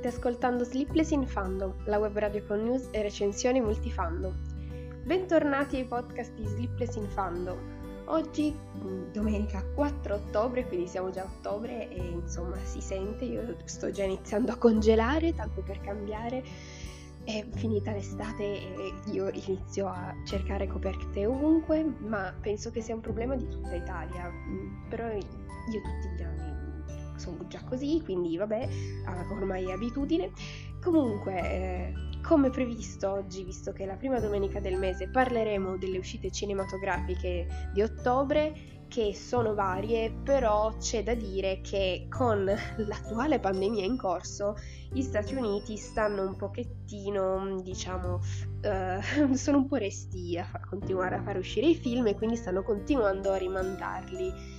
State ascoltando Sleepless in Fandom, la web radio con news e recensioni multifandom. Bentornati ai podcast di Sleepless in Fandom. Oggi, domenica 4 ottobre, quindi siamo già a ottobre e insomma si sente, io sto già iniziando a congelare, tanto per cambiare. È finita l'estate e io inizio a cercare coperte ovunque, ma penso che sia un problema di tutta Italia, però io tutti gli anni sono già così, quindi vabbè, ormai è abitudine. Comunque, come previsto oggi, visto che è la prima domenica del mese, parleremo delle uscite cinematografiche di ottobre, che sono varie, però c'è da dire che con l'attuale pandemia in corso gli Stati Uniti stanno un pochettino, diciamo, sono un po' restii a continuare a fare uscire i film e quindi stanno continuando a rimandarli.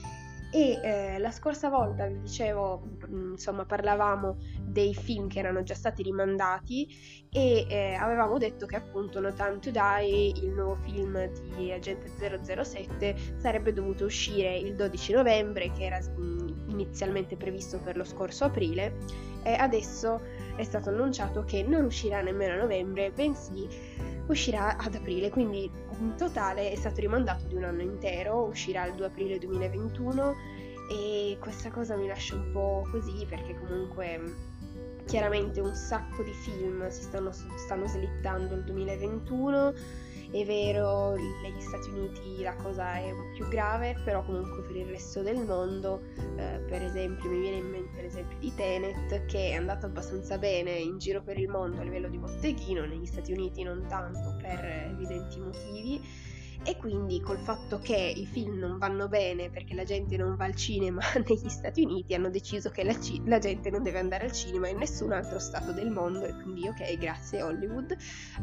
E la scorsa volta vi dicevo, insomma, parlavamo dei film che erano già stati rimandati e avevamo detto che appunto No Time to Die, il nuovo film di Agente 007, sarebbe dovuto uscire il 12 novembre, che era inizialmente previsto per lo scorso aprile, e adesso è stato annunciato che non uscirà nemmeno a novembre, bensì uscirà ad aprile, quindi in totale è stato rimandato di un anno intero, uscirà il 2 aprile 2021 e questa cosa mi lascia un po' così, perché comunque chiaramente un sacco di film si stanno slittando il 2021. È vero, negli Stati Uniti la cosa è più grave, però comunque per il resto del mondo, per esempio mi viene in mente l'esempio di Tenet, che è andato abbastanza bene in giro per il mondo a livello di botteghino, negli Stati Uniti non tanto per evidenti motivi, e quindi col fatto che i film non vanno bene perché la gente non va al cinema negli Stati Uniti, hanno deciso che la gente non deve andare al cinema in nessun altro stato del mondo, e quindi ok, grazie Hollywood.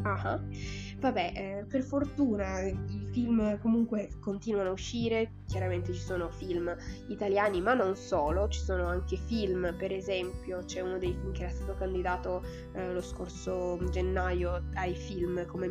Vabbè, per fortuna i film comunque continuano a uscire, chiaramente ci sono film italiani ma non solo, ci sono anche film, per esempio c'è uno dei film che era stato candidato lo scorso gennaio ai film come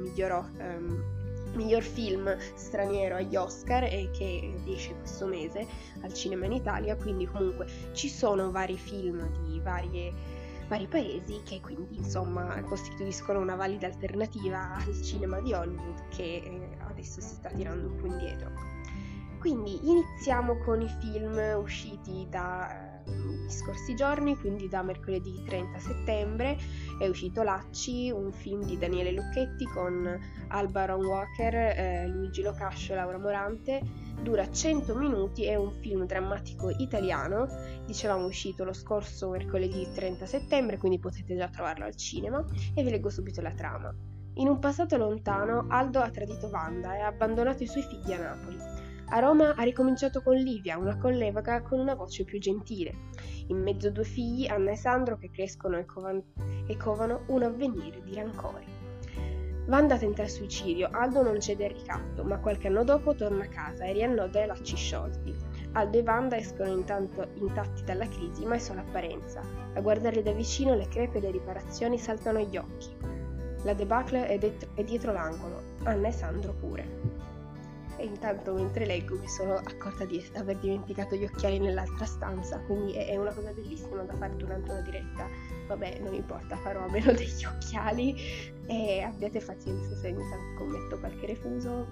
miglior film straniero agli Oscar e che esce questo mese al cinema in Italia, quindi comunque ci sono vari film di vari paesi che quindi insomma costituiscono una valida alternativa al cinema di Hollywood che adesso si sta tirando un po' indietro. Quindi iniziamo con i film usciti dagli scorsi giorni, quindi da mercoledì 30 settembre è uscito Lacci, un film di Daniele Lucchetti con Alba Ron Walker, Luigi Locascio e Laura Morante, dura 100 minuti, è un film drammatico italiano, dicevamo uscito lo scorso mercoledì 30 settembre, quindi potete già trovarlo al cinema, e vi leggo subito la trama. In un passato lontano, Aldo ha tradito Wanda e ha abbandonato i suoi figli a Napoli. A Roma ha ricominciato con Livia, una collega con una voce più gentile. In mezzo a due figli, Anna e Sandro, che crescono e covano un avvenire di rancori. Wanda tenta il suicidio, Aldo non cede al ricatto, ma qualche anno dopo torna a casa e riannoda i lacci sciolti. Aldo e Wanda escono intanto intatti dalla crisi, ma è solo apparenza. A guardarli da vicino le crepe e le riparazioni saltano agli occhi. La debacle è dietro l'angolo, Anna e Sandro pure. E intanto mentre leggo mi sono accorta di aver dimenticato gli occhiali nell'altra stanza, quindi è una cosa bellissima da fare durante una diretta. Vabbè, non importa, farò a meno degli occhiali e abbiate pazienza se ogni tanto commetto qualche refuso,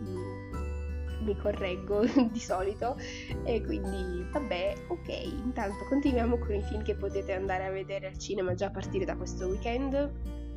mi correggo di solito, e quindi vabbè, ok. Intanto continuiamo con i film che potete andare a vedere al cinema già a partire da questo weekend.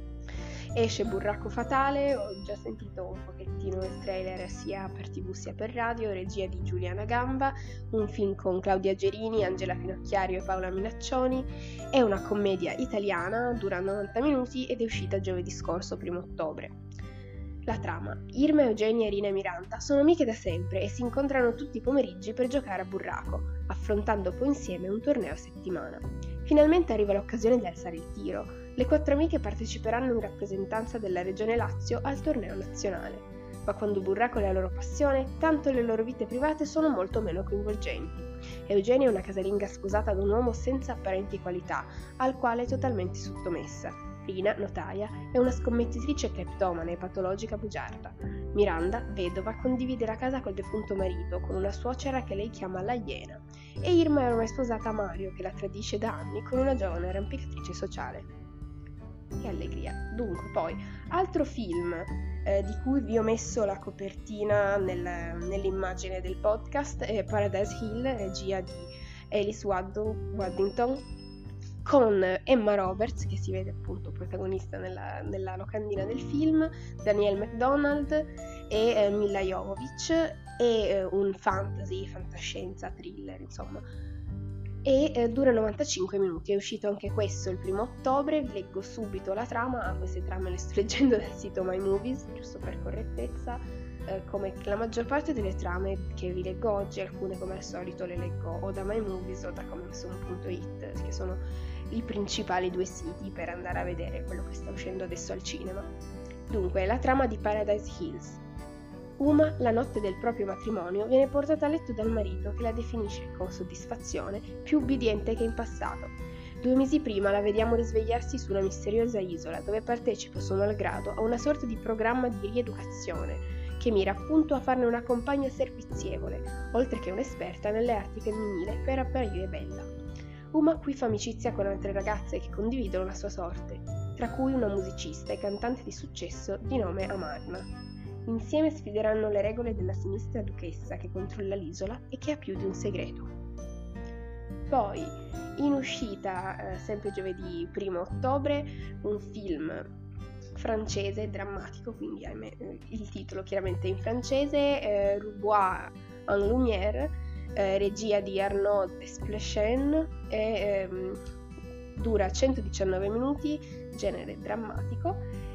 Esce Burracco Fatale, ho già sentito un pochettino il trailer sia per TV sia per radio, regia di Giuliana Gamba, un film con Claudia Gerini, Angela Finocchiario e Paola Minaccioni, è una commedia italiana, dura 90 minuti ed è uscita giovedì scorso, 1 ottobre. La trama: Irma, Eugenia e Rina Miranda sono amiche da sempre e si incontrano tutti i pomeriggi per giocare a burraco, affrontando poi insieme un torneo a settimana. Finalmente arriva l'occasione di alzare il tiro. Le 4 amiche parteciperanno in rappresentanza della Regione Lazio al torneo nazionale. Ma quando burraco è la loro passione, tanto le loro vite private sono molto meno coinvolgenti. Eugenia è una casalinga sposata da un uomo senza apparenti qualità, al quale è totalmente sottomessa. Rina, notaia, è una scommettitrice cleptomane e patologica bugiarda. Miranda, vedova, condivide la casa col defunto marito, con una suocera che lei chiama la Iena. E Irma è ormai sposata a Mario, che la tradisce da anni con una giovane arrampicatrice sociale. Che allegria. Dunque, poi, altro film di cui vi ho messo la copertina nell'immagine del podcast è Paradise Hill, regia di Alice Waddington, con Emma Roberts, che si vede appunto protagonista nella locandina del film, Danielle McDonald e Mila Jovovich, e un fantascienza, thriller, insomma. E dura 95 minuti, è uscito anche questo il 1 ottobre, vi leggo subito la trama, queste trame le sto leggendo dal sito My Movies, giusto per correttezza, come la maggior parte delle trame che vi leggo oggi, alcune come al solito le leggo o da My Movies o da comingsoon.it, che sono i principali due siti per andare a vedere quello che sta uscendo adesso al cinema. Dunque, la trama di Paradise Hills. Uma, la notte del proprio matrimonio, viene portata a letto dal marito che la definisce, con soddisfazione, più ubbidiente che in passato. 2 mesi prima la vediamo risvegliarsi su una misteriosa isola dove partecipa suo malgrado a una sorta di programma di rieducazione che mira appunto a farne una compagna servizievole, oltre che un'esperta nelle arti femminili per apparire bella. Uma qui fa amicizia con altre ragazze che condividono la sua sorte, tra cui una musicista e cantante di successo di nome Amarna. Insieme sfideranno le regole della sinistra duchessa che controlla l'isola e che ha più di un segreto. Poi, in uscita, sempre giovedì 1 ottobre, un film francese drammatico, quindi il titolo chiaramente in francese, Roubaix en Lumière, regia di Arnaud Desplechin, dura 119 minuti, genere drammatico,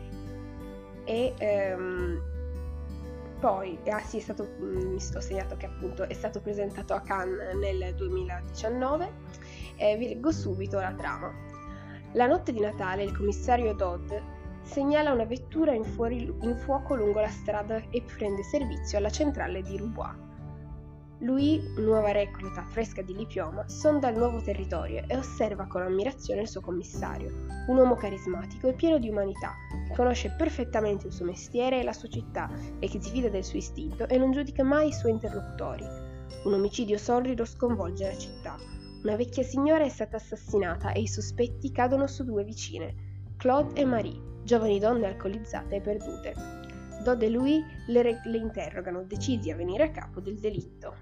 e poi, sì, mi sto segnato che appunto è stato presentato a Cannes nel 2019, vi leggo subito la trama. La notte di Natale il commissario Dodd segnala una vettura in fuoco lungo la strada e prende servizio alla centrale di Roubaix. Lui, nuova recluta fresca di diploma, sonda il nuovo territorio e osserva con ammirazione il suo commissario, un uomo carismatico e pieno di umanità, che conosce perfettamente il suo mestiere e la sua città e che si fida del suo istinto e non giudica mai i suoi interlocutori. Un omicidio sordido sconvolge la città. Una vecchia signora è stata assassinata e i sospetti cadono su 2 vicine, Claude e Marie, giovani donne alcolizzate e perdute. Dodd e lui le interrogano, decisi a venire a capo del delitto.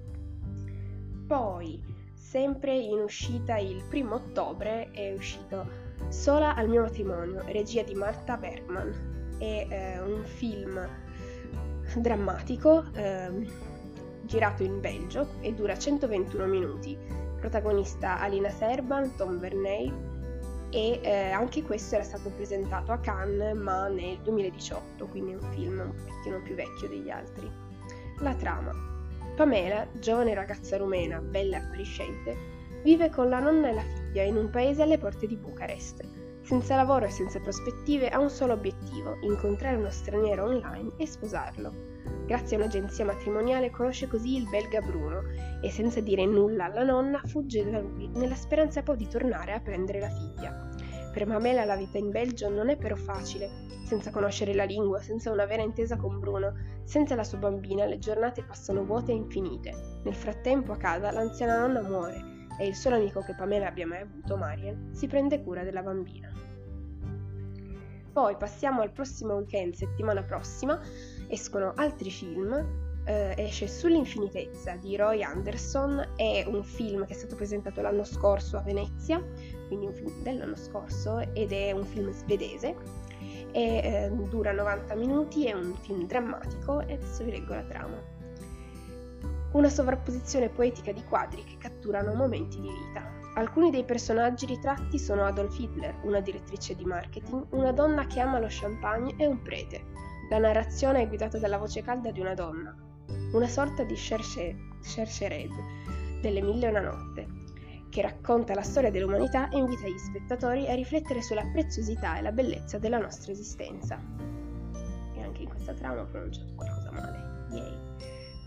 Poi, sempre in uscita il 1 ottobre, è uscito Sola al mio matrimonio, regia di Marta Bergman. È un film drammatico girato in Belgio e dura 121 minuti. Protagonista Alina Serban, Tom Verney, e anche questo era stato presentato a Cannes ma nel 2018, quindi è un film un pochettino più vecchio degli altri. La trama: Pamela, giovane ragazza rumena, bella e appariscente, vive con la nonna e la figlia in un paese alle porte di Bucarest. Senza lavoro e senza prospettive ha un solo obiettivo: incontrare uno straniero online e sposarlo. Grazie a un'agenzia matrimoniale conosce così il belga Bruno e senza dire nulla alla nonna fugge da lui nella speranza poi di tornare a prendere la figlia. Per Pamela la vita in Belgio non è però facile, senza conoscere la lingua, senza una vera intesa con Bruno, senza la sua bambina le giornate passano vuote e infinite. Nel frattempo a casa l'anziana nonna muore e il solo amico che Pamela abbia mai avuto, Marian, si prende cura della bambina. Poi passiamo al prossimo weekend, settimana prossima, escono altri film. Esce Sull'infinitezza di Roy Andersson, è un film che è stato presentato l'anno scorso a Venezia, quindi un film dell'anno scorso, ed è un film svedese e dura 90 minuti, è un film drammatico e adesso vi leggo la trama. Una sovrapposizione poetica di quadri che catturano momenti di vita. Alcuni dei personaggi ritratti sono Adolf Hitler, una direttrice di marketing, una donna che ama lo champagne e un prete. La narrazione è guidata dalla voce calda di una donna, una sorta di Scheherazade delle Mille e una notte, che racconta la storia dell'umanità e invita gli spettatori a riflettere sulla preziosità e la bellezza della nostra esistenza. E anche in questa trama ho pronunciato qualcosa male. Yay!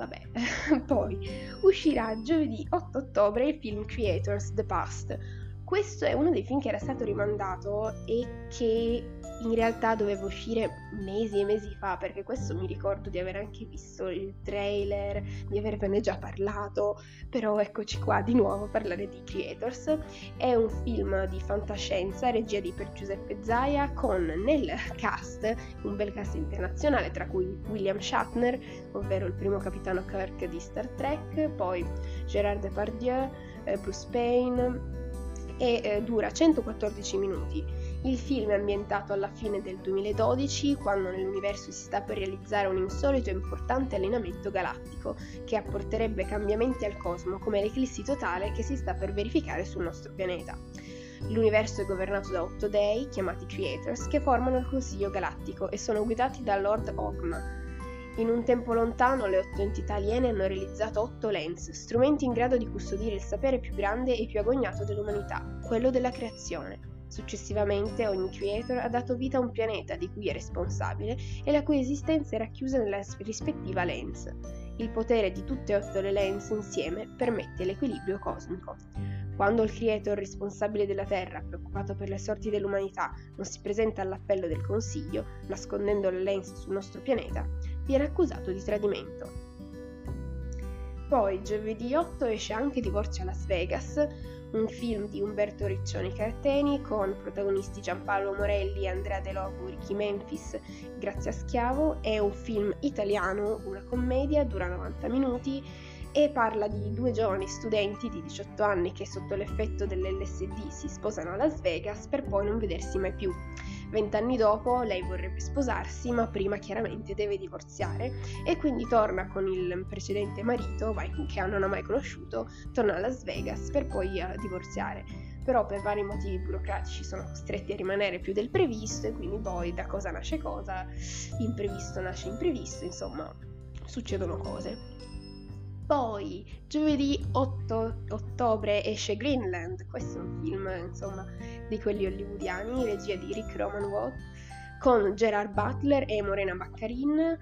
Vabbè. Poi uscirà giovedì 8 ottobre il film Creators The Past. questo è uno dei film che era stato rimandato e che in realtà doveva uscire mesi e mesi fa, perché questo mi ricordo di aver anche visto il trailer, di avervene già parlato, però eccoci qua di nuovo a parlare di Creators. È un film di fantascienza, regia di Per Giuseppe Zaia, con nel cast un bel cast internazionale, tra cui William Shatner, ovvero il primo capitano Kirk di Star Trek, poi Gérard Depardieu, Bruce Payne, e dura 114 minuti. Il film è ambientato alla fine del 2012, quando nell'universo si sta per realizzare un insolito e importante allineamento galattico che apporterebbe cambiamenti al cosmo, come l'eclissi totale che si sta per verificare sul nostro pianeta. L'universo è governato da 8 dei, chiamati Creators, che formano il Consiglio Galattico e sono guidati da Lord Ogma. In un tempo lontano, le 8 entità aliene hanno realizzato 8 lens, strumenti in grado di custodire il sapere più grande e più agognato dell'umanità, quello della creazione. Successivamente, ogni creator ha dato vita a un pianeta di cui è responsabile e la cui esistenza è racchiusa nella rispettiva lens. Il potere di tutte e 8 le lens insieme permette l'equilibrio cosmico. Quando il creator responsabile della Terra, preoccupato per le sorti dell'umanità, non si presenta all'appello del Consiglio, nascondendo le lens sul nostro pianeta, viene accusato di tradimento. Poi, giovedì 8 esce anche Divorzio a Las Vegas, un film di Umberto Riccioni Carteni con protagonisti Giampaolo Morelli, Andrea De Logu, Ricky Memphis, Grazia Schiavo. È un film italiano, una commedia, dura 90 minuti e parla di 2 giovani studenti di 18 anni che sotto l'effetto dell'LSD si sposano a Las Vegas per poi non vedersi mai più. 20 anni dopo lei vorrebbe sposarsi, ma prima chiaramente deve divorziare e quindi torna con il precedente marito, che non ha mai conosciuto, torna a Las Vegas per poi divorziare. Però per vari motivi burocratici sono costretti a rimanere più del previsto e quindi poi da cosa nasce cosa, imprevisto nasce imprevisto, insomma succedono cose. Poi, giovedì 8 ottobre esce Greenland, questo è un film, insomma, di quelli hollywoodiani, regia di Rick Romanwood, con Gerard Butler e Morena Baccarin,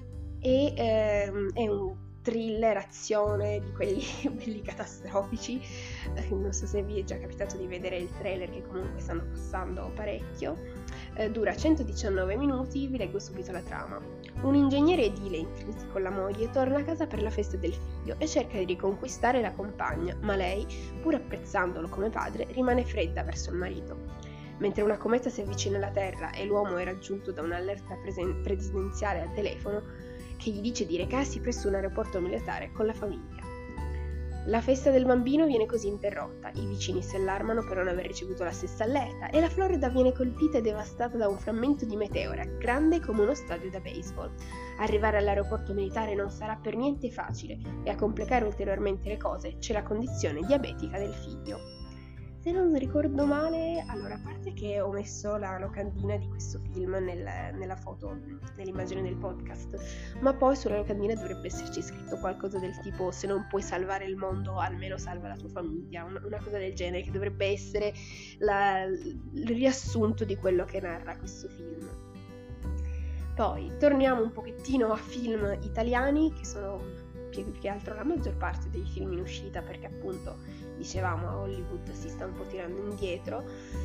e è un thriller, azione, di quelli belli catastrofici. Non so se vi è già capitato di vedere il trailer, che comunque stanno passando parecchio. Dura 119 minuti, vi leggo subito la trama. Un ingegnere edile in crisi con la moglie torna a casa per la festa del figlio e cerca di riconquistare la compagna, ma lei, pur apprezzandolo come padre, rimane fredda verso il marito. Mentre una cometa si avvicina alla Terra e l'uomo è raggiunto da un'allerta presidenziale al telefono che gli dice di recarsi presso un aeroporto militare con la famiglia. La festa del bambino viene così interrotta, i vicini si allarmano per non aver ricevuto la stessa allerta e la Florida viene colpita e devastata da un frammento di meteora grande come uno stadio da baseball. Arrivare all'aeroporto militare non sarà per niente facile e a complicare ulteriormente le cose c'è la condizione diabetica del figlio. Se non ricordo male, allora, a parte che ho messo la locandina di questo film nella foto, nell'immagine del podcast, ma poi sulla locandina dovrebbe esserci scritto qualcosa del tipo: se non puoi salvare il mondo, almeno salva la tua famiglia, una cosa del genere, che dovrebbe essere il riassunto di quello che narra questo film. Poi torniamo un pochettino a film italiani, che sono più che altro la maggior parte dei film in uscita, perché appunto dicevamo a Hollywood si sta un po' tirando indietro.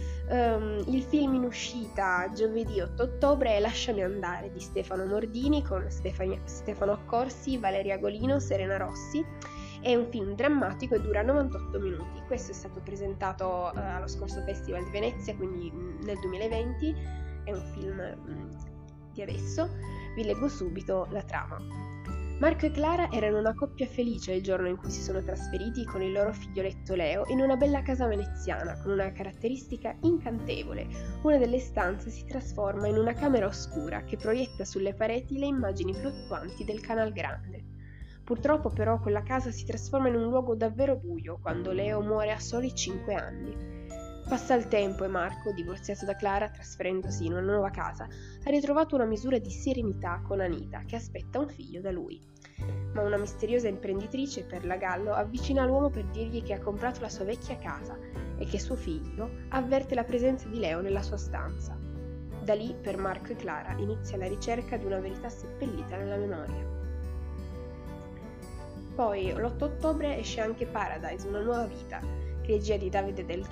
Il film in uscita giovedì 8 ottobre è Lasciami andare di Stefano Mordini con Stefano Accorsi, Valeria Golino, Serena Rossi. È un film drammatico e dura 98 minuti. Questo è stato presentato allo scorso Festival di Venezia, quindi nel 2020. È un film di adesso. Vi leggo subito la trama. Marco e Clara erano una coppia felice il giorno in cui si sono trasferiti con il loro figlioletto Leo in una bella casa veneziana con una caratteristica incantevole. Una delle stanze si trasforma in una camera oscura che proietta sulle pareti le immagini fluttuanti del Canal Grande. Purtroppo però quella casa si trasforma in un luogo davvero buio quando Leo muore a soli 5 anni. Passa il tempo e Marco, divorziato da Clara, trasferendosi in una nuova casa, ha ritrovato una misura di serenità con Anita, che aspetta un figlio da lui. Ma una misteriosa imprenditrice, Perla Gallo, avvicina l'uomo per dirgli che ha comprato la sua vecchia casa e che suo figlio avverte la presenza di Leo nella sua stanza. Da lì, per Marco e Clara, inizia la ricerca di una verità seppellita nella memoria. Poi, l'8 ottobre esce anche Paradise, una nuova vita, regia di Davide Del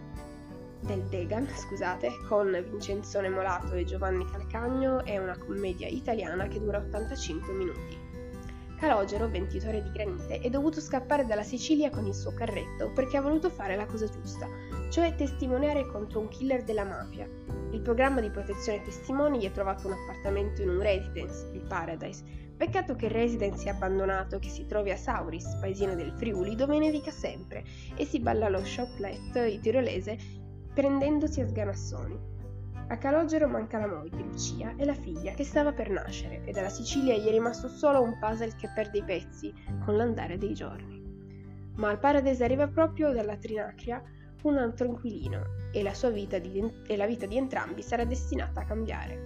Degan, con Vincenzone Molato e Giovanni Calcagno, è una commedia italiana che dura 85 minuti. Calogero, venditore di granite, è dovuto scappare dalla Sicilia con il suo carretto perché ha voluto fare la cosa giusta, cioè testimoniare contro un killer della mafia. Il programma di protezione testimoni gli ha trovato un appartamento in un residence, il Paradise. Peccato che il residence sia abbandonato e che si trovi a Sauris, paesino del Friuli, dove nevica sempre e si balla lo choplet tirolese prendendosi a sganassoni. A Calogero manca la moglie, Lucia, e la figlia, che stava per nascere, e dalla Sicilia gli è rimasto solo un puzzle che perde i pezzi con l'andare dei giorni. Ma al Paradise arriva proprio dalla Trinacria un altro inquilino, e la vita di entrambi sarà destinata a cambiare.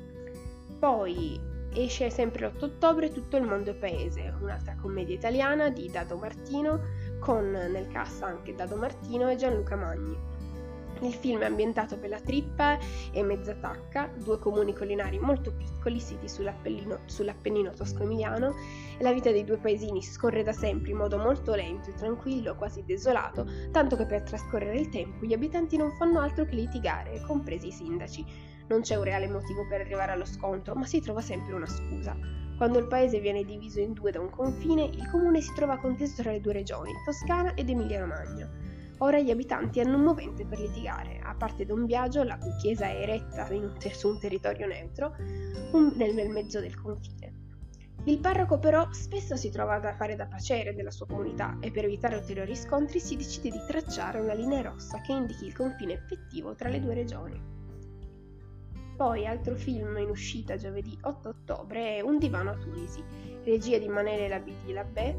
Poi esce sempre l'8 ottobre Tutto il mondo è paese, un'altra commedia italiana di Dado Martino, con nel cast anche Dado Martino e Gianluca Magni. Il film è ambientato per la Trippa e Mezzatacca, due comuni collinari molto piccoli siti sull'Appennino tosco-emiliano, e la vita dei due paesini scorre da sempre in modo molto lento e tranquillo, quasi desolato, tanto che per trascorrere il tempo gli abitanti non fanno altro che litigare, compresi i sindaci. Non c'è un reale motivo per arrivare allo scontro, ma si trova sempre una scusa. Quando il paese viene diviso in due da un confine, il comune si trova conteso tra le due regioni, Toscana ed Emilia-Romagna. Ora gli abitanti hanno un movente per litigare, a parte Don Biagio, la cui chiesa è eretta su un territorio neutro, nel mezzo del confine. Il parroco però spesso si trova a fare da paciere della sua comunità e per evitare ulteriori scontri si decide di tracciare una linea rossa che indichi il confine effettivo tra le due regioni. Poi, altro film in uscita giovedì 8 ottobre è Un divano a Tunisi, regia di Manele Labidi Labè,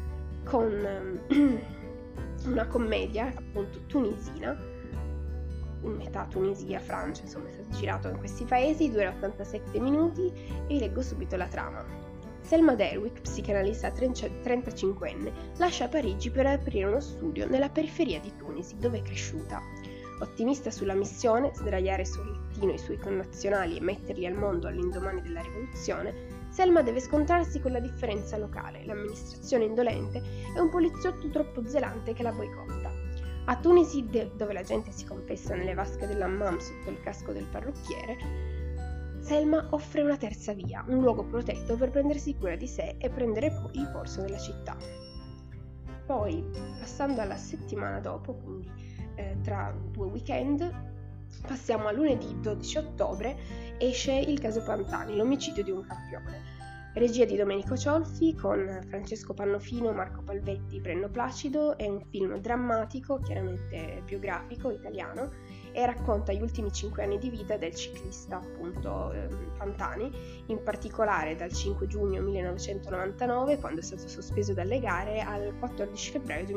con una commedia appunto tunisina, metà Tunisia, Francia, insomma è stato girato in questi paesi, dura 87 minuti e vi leggo subito la trama. Selma Derwick, psicanalista 35enne, lascia Parigi per aprire uno studio nella periferia di Tunisi, dove è cresciuta. Ottimista sulla missione, sdraiare sul lettino i suoi connazionali e metterli al mondo all'indomani della rivoluzione, Selma deve scontrarsi con la differenza locale, l'amministrazione indolente e un poliziotto troppo zelante che la boicotta. A Tunisi, dove la gente si confessa nelle vasche dell'hammam sotto il casco del parrucchiere, Selma offre una terza via, un luogo protetto per prendersi cura di sé e prendere il polso della città. Poi, passando alla settimana dopo, quindi tra 2 weekend, passiamo a lunedì 12 ottobre, esce Il caso Pantani, l'omicidio di un campione. Regia di Domenico Ciolfi, con Francesco Pannofino, Marco Palvetti, Brenno Placido. È un film drammatico, chiaramente biografico, italiano, e racconta gli ultimi 5 anni di vita del ciclista, appunto, Pantani, in particolare dal 5 giugno 1999, quando è stato sospeso dalle gare, al 14 febbraio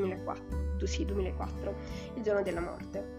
2004, il giorno della morte.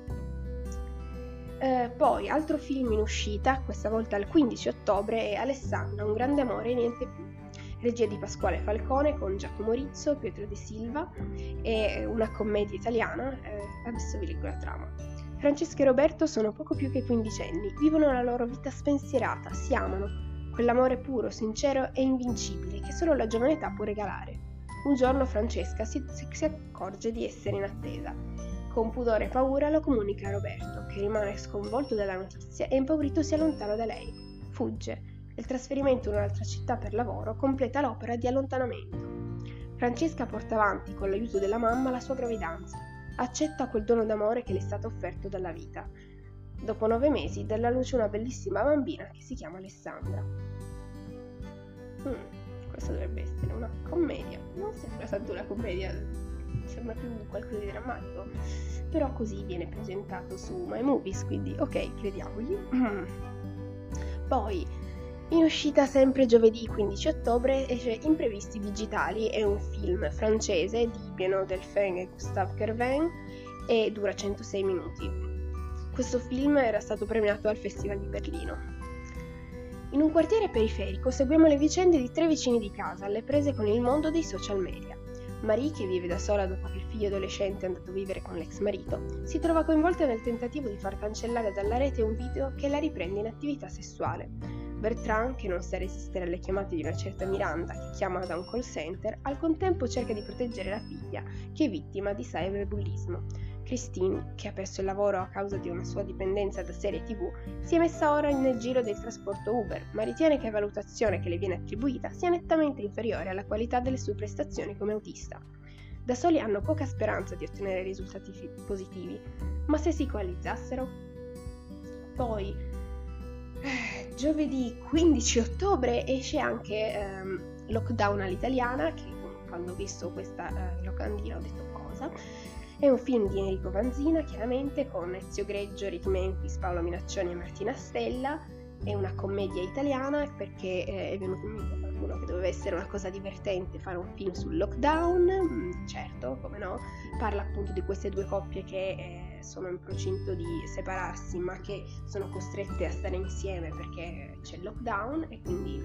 Poi, altro film in uscita, questa volta il 15 ottobre, è Alessandra, un grande amore e niente più. Regia di Pasquale Falcone, con Giacomo Rizzo, Pietro De Silva, è una commedia italiana. Adesso vi leggo la trama. Francesca e Roberto sono poco più che quindicenni, vivono la loro vita spensierata, si amano, quell'amore puro, sincero e invincibile che solo la giovane età può regalare. Un giorno Francesca si accorge di essere in attesa. Con pudore e paura lo comunica a Roberto, che rimane sconvolto dalla notizia e impaurito si allontana da lei. Fugge. Il trasferimento in un'altra città per lavoro completa l'opera di allontanamento. Francesca porta avanti, con l'aiuto della mamma, la sua gravidanza. Accetta quel dono d'amore che le è stato offerto dalla vita. Dopo 9 mesi dà alla luce una bellissima bambina che si chiama Alessandra. Questa dovrebbe essere una commedia. Non sembra tanto una commedia, sembra più qualcosa di drammatico, però così viene presentato su My Movies, quindi ok, crediamogli. Poi, in uscita sempre giovedì 15 ottobre, esce Imprevisti digitali, è un film francese di Benoît Delphin e Gustave Kervin e dura 106 minuti. Questo film era stato premiato al Festival di Berlino. In un quartiere periferico seguiamo le vicende di 3 vicini di casa alle prese con il mondo dei social media. Marie, che vive da sola dopo che il figlio adolescente è andato a vivere con l'ex marito, si trova coinvolta nel tentativo di far cancellare dalla rete un video che la riprende in attività sessuale. Bertrand, che non sa resistere alle chiamate di una certa Miranda che chiama da un call center, al contempo cerca di proteggere la figlia, che è vittima di cyberbullismo. Christine, che ha perso il lavoro a causa di una sua dipendenza da serie TV, si è messa ora nel giro del trasporto Uber, ma ritiene che la valutazione che le viene attribuita sia nettamente inferiore alla qualità delle sue prestazioni come autista. Da soli hanno poca speranza di ottenere risultati positivi, ma se si coalizzassero? Poi, giovedì 15 ottobre esce anche Lockdown all'italiana, che quando ho visto questa locandina ho detto cosa. È un film di Enrico Vanzina, chiaramente, con Ezio Greggio, Rick Memphis, Paolo Minaccioni e Martina Stella. È una commedia italiana perché è venuto in mente qualcuno che doveva essere una cosa divertente fare un film sul lockdown, certo, come no. Parla appunto di queste due coppie che sono in procinto di separarsi ma che sono costrette a stare insieme perché c'è il lockdown e quindi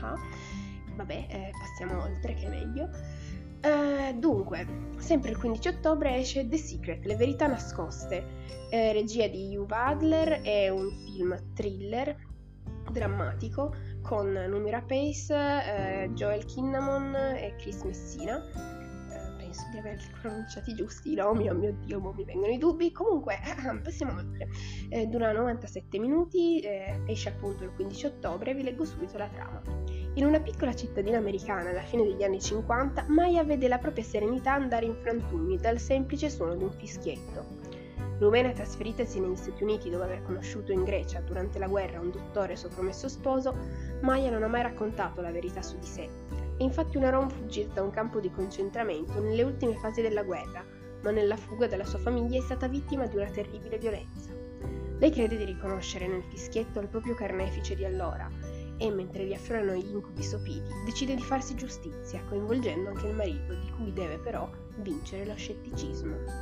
passiamo oltre che è meglio. Dunque, sempre il 15 ottobre esce The Secret, Le verità nascoste, regia di Yuva Adler, è un film thriller drammatico con Noomi Rapace, Joel Kinnaman e Chris Messina. Penso di averli pronunciati giusti i nomi, oh mio Dio, mi vengono i dubbi. Comunque, passiamo oltre. Dura 97 minuti, esce appunto il 15 ottobre, vi leggo subito la trama. In una piccola cittadina americana alla fine degli anni 50, Maya vede la propria serenità andare in frantumi dal semplice suono di un fischietto. Rumena, trasferitasi negli Stati Uniti dopo aver conosciuto in Grecia durante la guerra un dottore e suo promesso sposo, Maya non ha mai raccontato la verità su di sé. È infatti una rom fuggita da un campo di concentramento nelle ultime fasi della guerra, ma nella fuga dalla sua famiglia è stata vittima di una terribile violenza. Lei crede di riconoscere nel fischietto il proprio carnefice di allora e, mentre gli afflorano gli incubi sopiti, decide di farsi giustizia, coinvolgendo anche il marito, di cui deve però vincere lo scetticismo.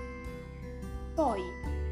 Poi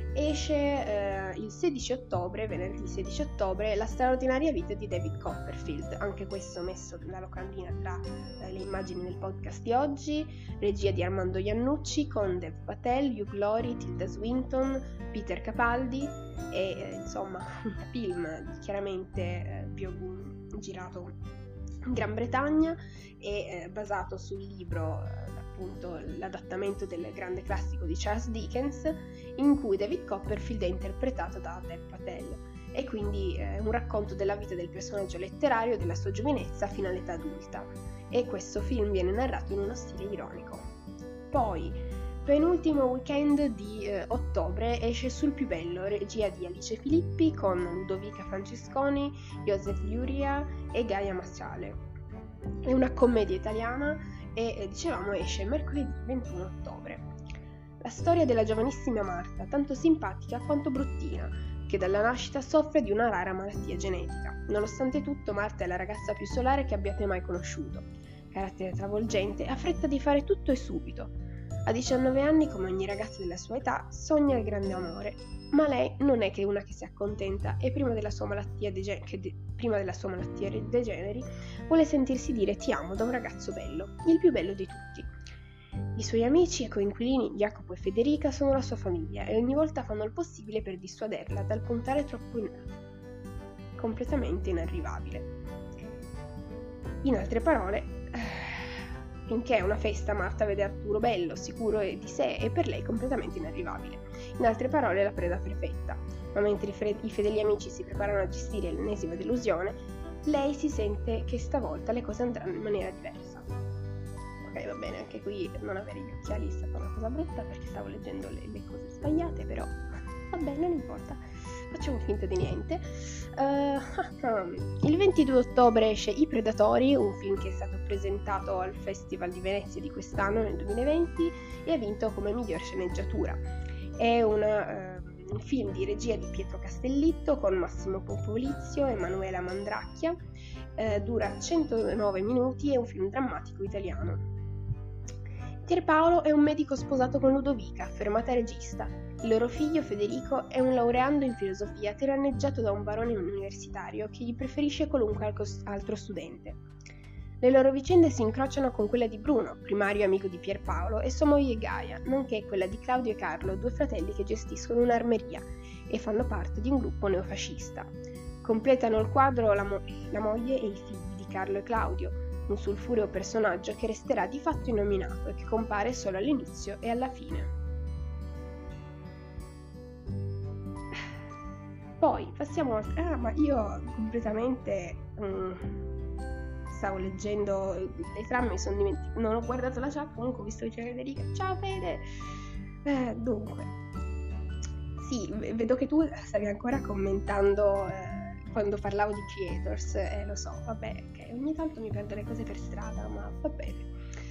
esce il 16 ottobre, venerdì 16 ottobre, La straordinaria vita di David Copperfield, anche questo messo nella locandina tra le immagini del podcast di oggi, regia di Armando Iannucci con Dev Patel, Hugh Laurie, Tilda Swinton, Peter Capaldi e insomma un film chiaramente girato in Gran Bretagna e basato sul libro appunto l'adattamento del grande classico di Charles Dickens, in cui David Copperfield è interpretato da Dev Patel, e quindi un racconto della vita del personaggio letterario della sua giovinezza fino all'età adulta, e questo film viene narrato in uno stile ironico. Poi, penultimo weekend di ottobre, esce Sul più bello, regia di Alice Filippi con Ludovica Francesconi, Joseph Luria e Gaia Masciale. È una commedia italiana e dicevamo esce mercoledì 21 ottobre. La storia della giovanissima Marta, tanto simpatica quanto bruttina, che dalla nascita soffre di una rara malattia genetica. Nonostante tutto, Marta è la ragazza più solare che abbiate mai conosciuto. Carattere travolgente, ha fretta di fare tutto e subito. A 19 anni, come ogni ragazza della sua età, sogna il grande amore, ma lei non è che una che si accontenta e prima della sua malattia degeneri, vuole sentirsi dire ti amo da un ragazzo bello, il più bello di tutti. I suoi amici e coinquilini Jacopo e Federica sono la sua famiglia e ogni volta fanno il possibile per dissuaderla dal puntare troppo in completamente inarrivabile. In altre parole, finché è una festa, Marta vede Arturo bello, sicuro di sé e per lei completamente inarrivabile. In altre parole, la preda perfetta. Ma mentre i fedeli amici si preparano a gestire l'ennesima delusione, lei si sente che stavolta le cose andranno in maniera diversa. Ok, va bene, anche qui non avere gli occhiali è stata una cosa brutta perché stavo leggendo le cose sbagliate, però va bene, non importa. Facciamo finta di niente. Il 22 ottobre esce I Predatori, un film che è stato presentato al Festival di Venezia di quest'anno, nel 2020, e ha vinto come miglior sceneggiatura. È un film di regia di Pietro Castellitto con Massimo Popolizio e Emanuela Mandracchia. Dura 109 minuti, è un film drammatico italiano. Pierpaolo è un medico sposato con Ludovica, affermata regista. Il loro figlio, Federico, è un laureando in filosofia tiranneggiato da un barone universitario che gli preferisce qualunque altro studente. Le loro vicende si incrociano con quella di Bruno, primario amico di Pierpaolo, e sua moglie Gaia, nonché quella di Claudio e Carlo, due fratelli che gestiscono un'armeria e fanno parte di un gruppo neofascista. Completano il quadro la moglie e i figli di Carlo e Claudio, un sulfureo personaggio che resterà di fatto innominato e che compare solo all'inizio e alla fine. Poi passiamo a... ma io completamente stavo leggendo le trame, mi sono dimenticato, non ho guardato la chat, comunque ho visto che c'è Federica. Ciao Fede! Dunque, sì, vedo che tu stavi ancora commentando quando parlavo di creators, lo so, vabbè, ok, ogni tanto mi perdo le cose per strada, ma va bene.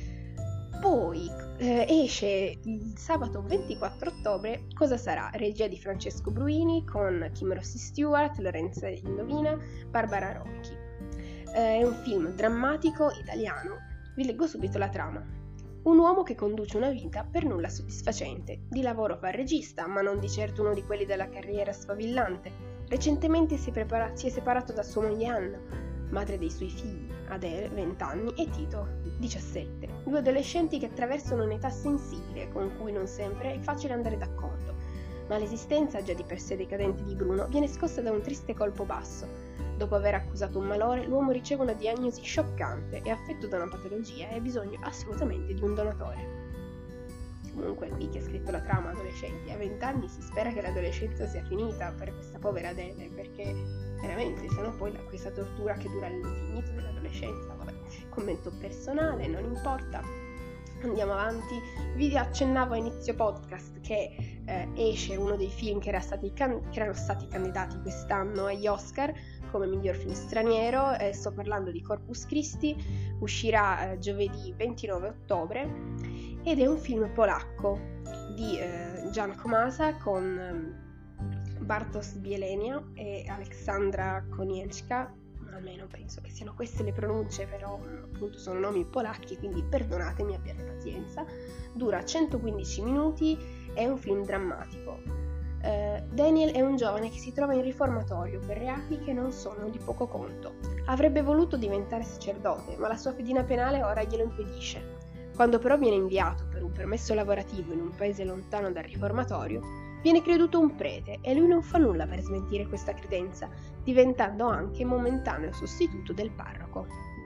Poi esce il sabato 24 ottobre Cosa sarà? Regia di Francesco Bruini con Kim Rossi Stewart, Lorenza Indovina, Barbara Ronchi. È un film drammatico italiano. Vi leggo subito la trama. Un uomo che conduce una vita per nulla soddisfacente. Di lavoro fa il regista, ma non di certo uno di quelli della carriera sfavillante. Recentemente si è separato da sua moglie Anna, madre dei suoi figli, Adele, 20 anni, e Tito, 17. Due adolescenti che attraversano un'età sensibile, con cui non sempre è facile andare d'accordo. Ma l'esistenza, già di per sé decadente di Bruno, viene scossa da un triste colpo basso. Dopo aver accusato un malore, l'uomo riceve una diagnosi scioccante, è affetto da una patologia e ha bisogno assolutamente di un donatore. Comunque qui che ha scritto la trama adolescenti, a 20 anni si spera che l'adolescenza sia finita per questa povera Adele, perché veramente, sennò poi questa tortura che dura all'infinito dell'adolescenza, vabbè, commento personale, non importa. Andiamo avanti. Vi accennavo a inizio podcast che esce uno dei film che erano stati candidati quest'anno agli Oscar come miglior film straniero, sto parlando di Corpus Christi, uscirà giovedì 29 ottobre ed è un film polacco di Jan Komasa con Bartosz Bielenia e Aleksandra Konieczka, almeno penso che siano queste le pronunce, però appunto sono nomi polacchi, quindi perdonatemi, abbiate pazienza. Dura 115 minuti, è un film drammatico. Daniel è un giovane che si trova in riformatorio per reati che non sono di poco conto. Avrebbe voluto diventare sacerdote, ma la sua fedina penale ora glielo impedisce. Quando però viene inviato per un permesso lavorativo in un paese lontano dal riformatorio, viene creduto un prete e lui non fa nulla per smentire questa credenza, diventando anche momentaneo sostituto del parroco.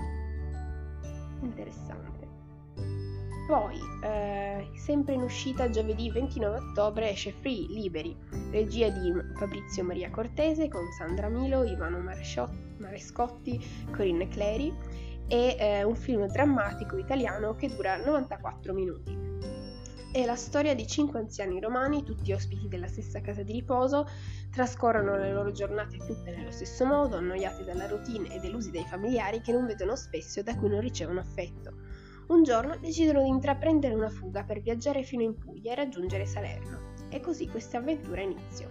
Interessante. Poi, sempre in uscita giovedì 29 ottobre esce Free, Liberi, regia di Fabrizio Maria Cortese con Sandra Milo, Ivano Marescotti, Corinne Cleri. È un film drammatico italiano che dura 94 minuti. È la storia di 5 anziani romani, tutti ospiti della stessa casa di riposo, trascorrono le loro giornate tutte nello stesso modo, annoiati dalla routine e delusi dai familiari che non vedono spesso e da cui non ricevono affetto. Un giorno decidono di intraprendere una fuga per viaggiare fino in Puglia e raggiungere Salerno. E così questa avventura inizia.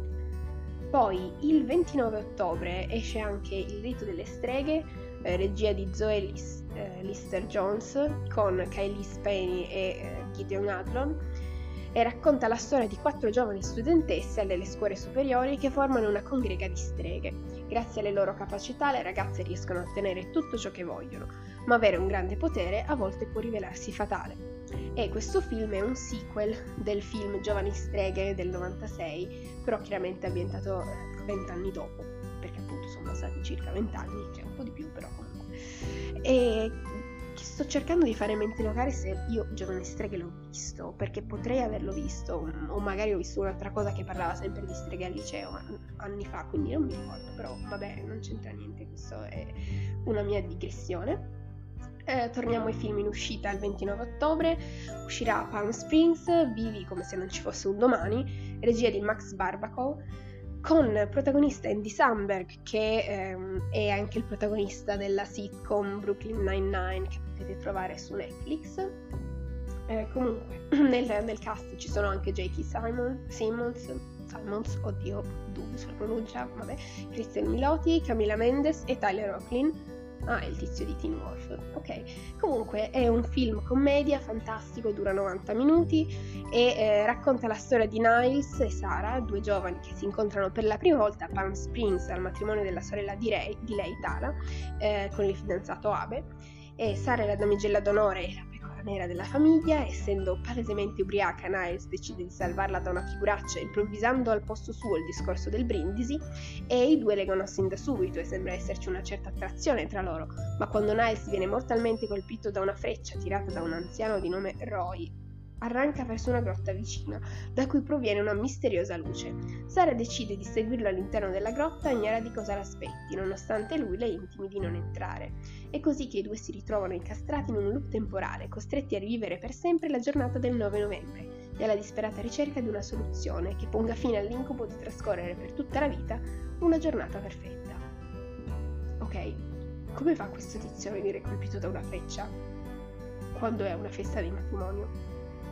Poi, il 29 ottobre, esce anche Il rito delle streghe, regia di Zoe Lister-Jones con Kylie Spenny e Gideon Adlon, e racconta la storia di 4 giovani studentesse delle scuole superiori che formano una congrega di streghe. Grazie alle loro capacità le ragazze riescono a ottenere tutto ciò che vogliono, ma avere un grande potere a volte può rivelarsi fatale. E questo film è un sequel del film Giovani streghe del 96, però chiaramente ambientato 20 anni dopo, perché appunto sono passati circa 20 anni, cioè un po' di più però comunque. E sto cercando di fare mente locale se io Giovani streghe l'ho visto, perché potrei averlo visto, o magari ho visto un'altra cosa che parlava sempre di streghe al liceo anni fa, quindi non mi ricordo, però vabbè, non c'entra niente, questo è una mia digressione. Torniamo ai film in uscita il 29 ottobre, uscirà Palm Springs, Vivi come se non ci fosse un domani, regia di Max Barbakow, con protagonista Andy Samberg, che è anche il protagonista della sitcom Brooklyn Nine-Nine, che potete trovare su Netflix. Comunque, nel cast ci sono anche J.K. Simmons, oddio, sulla pronuncia, vabbè, Kristen Miloti, Camila Mendes e Tyler Hoechlin. Ah, il tizio di Teen Wolf, ok. Comunque è un film commedia fantastico, dura 90 minuti e racconta la storia di Niles e Sara, 2 giovani che si incontrano per la prima volta a Palm Springs al matrimonio della sorella di lei, Tara, con il fidanzato Abe. E Sara è la damigella d'onore e la pecora nera della famiglia. Essendo palesemente ubriaca, Niles decide di salvarla da una figuraccia improvvisando al posto suo il discorso del brindisi, e i due legano sin da subito e sembra esserci una certa attrazione tra loro, ma quando Niles viene mortalmente colpito da una freccia tirata da un anziano di nome Roy, arranca verso una grotta vicina, da cui proviene una misteriosa luce. Sarah decide di seguirlo all'interno della grotta, ignara di cosa l'aspetti, nonostante lui le intimi di non entrare. È così che i due si ritrovano incastrati in un loop temporale, costretti a rivivere per sempre la giornata del 9 novembre, e alla disperata ricerca di una soluzione che ponga fine all'incubo di trascorrere per tutta la vita una giornata perfetta. Ok, come fa questo tizio a venire colpito da una freccia quando è una festa di matrimonio?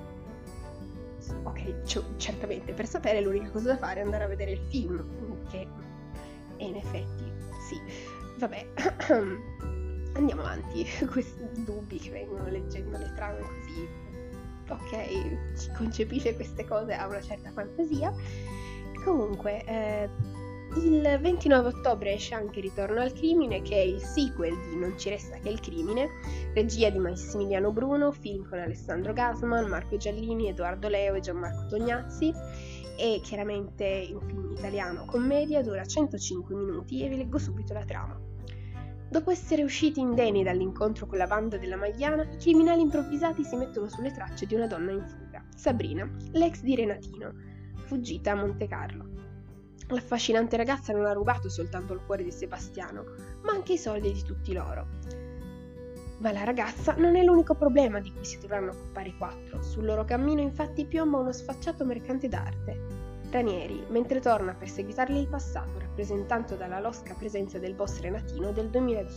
Ok, certamente per sapere l'unica cosa da fare è andare a vedere il film, che in effetti sì. Vabbè, andiamo avanti. Questi dubbi che vengono leggendo le trame così. Ok, chi concepisce queste cose ha una certa fantasia. Comunque, il 29 ottobre esce anche Ritorno al crimine, che è il sequel di Non ci resta che il crimine, regia di Massimiliano Bruno, film con Alessandro Gasman, Marco Giallini, Edoardo Leo e Gianmarco Tognazzi. È chiaramente un film italiano commedia, dura 105 minuti e vi leggo subito la trama. Dopo essere usciti indenni dall'incontro con la banda della Magliana, i criminali improvvisati si mettono sulle tracce di una donna in fuga, Sabrina, l'ex di Renatino, fuggita a Monte Carlo. L'affascinante ragazza non ha rubato soltanto il cuore di Sebastiano, ma anche i soldi di tutti loro. Ma la ragazza non è l'unico problema di cui si dovranno occupare i quattro. Sul loro cammino infatti piomba uno sfacciato mercante d'arte, Ranieri, mentre torna a perseguitarli il passato, rappresentato dalla losca presenza del boss Renatino nel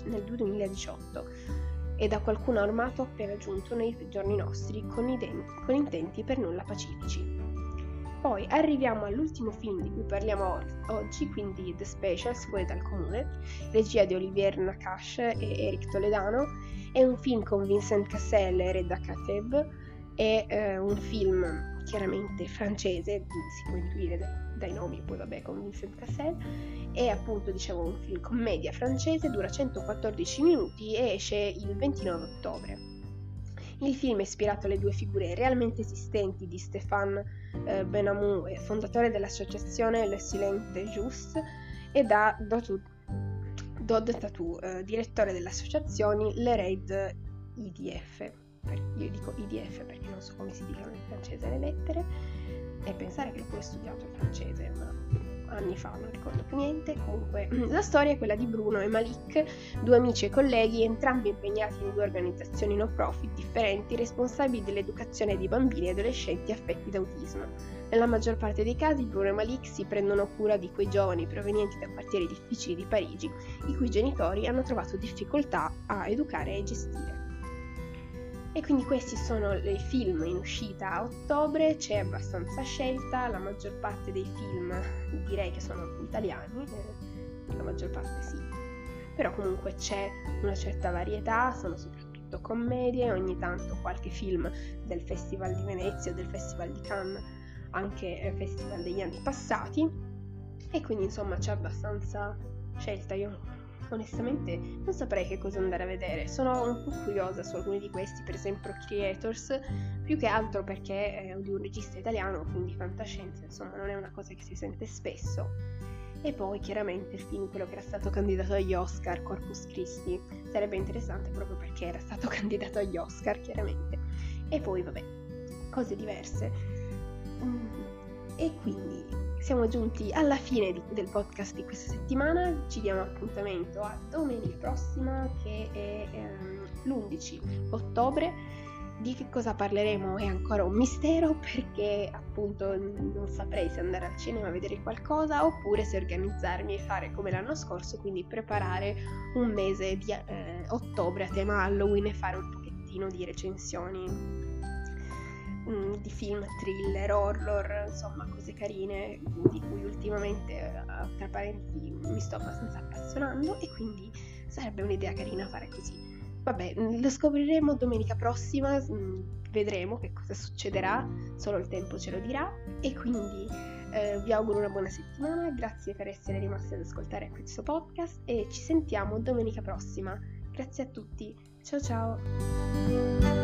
2018 e da qualcuno armato appena giunto nei giorni nostri con intenti per nulla pacifici. Poi arriviamo all'ultimo film di cui parliamo oggi, quindi The Specials, Fuori dal comune, regia di Olivier Nakache e Eric Toledano. È un film con Vincent Cassel e Reda Kateb, è un film chiaramente francese, si può intuire dai nomi, poi vabbè, con Vincent Cassel. È appunto, dicevo, un film commedia francese, dura 114 minuti e esce il 29 ottobre. Il film è ispirato alle due figure realmente esistenti di Stéphane Benhamou, fondatore dell'associazione Le Silence Juste, e da Dod Tatou, direttore delle associazioni Le Raid IDF. Io dico IDF perché non so come si dicano in francese le lettere, e pensare che l'ho pure studiato il francese, ma anni fa, non ricordo più niente. Comunque, la storia è quella di Bruno e Malik, due amici e colleghi, entrambi impegnati in due organizzazioni no profit differenti, responsabili dell'educazione di bambini e adolescenti affetti da autismo. Nella maggior parte dei casi Bruno e Malik si prendono cura di quei giovani provenienti da quartieri difficili di Parigi, i cui genitori hanno trovato difficoltà a educare e gestire. E quindi questi sono i film in uscita a ottobre. C'è abbastanza scelta, la maggior parte dei film direi che sono italiani, la maggior parte sì, però comunque c'è una certa varietà, sono soprattutto commedie, ogni tanto qualche film del Festival di Venezia, del Festival di Cannes, anche festival degli anni passati, e quindi insomma c'è abbastanza scelta. Io onestamente non saprei che cosa andare a vedere, sono un po' curiosa su alcuni di questi, per esempio Creators, più che altro perché è di un regista italiano, quindi fantascienza, insomma non è una cosa che si sente spesso. E poi chiaramente il film, quello che era stato candidato agli Oscar, Corpus Christi, sarebbe interessante proprio perché era stato candidato agli Oscar, chiaramente. E poi vabbè, cose diverse. E quindi siamo giunti alla fine del podcast di questa settimana. Ci diamo appuntamento a domenica prossima, che è l'11 ottobre. Di che cosa parleremo è ancora un mistero, perché appunto non saprei se andare al cinema a vedere qualcosa oppure se organizzarmi e fare come l'anno scorso, quindi preparare un mese di ottobre a tema Halloween e fare un pochettino di recensioni di film thriller, horror, insomma cose carine di cui ultimamente, tra parentesi, mi sto abbastanza appassionando, e quindi sarebbe un'idea carina fare così. Vabbè, lo scopriremo domenica prossima, vedremo che cosa succederà, solo il tempo ce lo dirà, e quindi vi auguro una buona settimana, grazie per essere rimasti ad ascoltare questo podcast e ci sentiamo domenica prossima. Grazie a tutti, ciao ciao!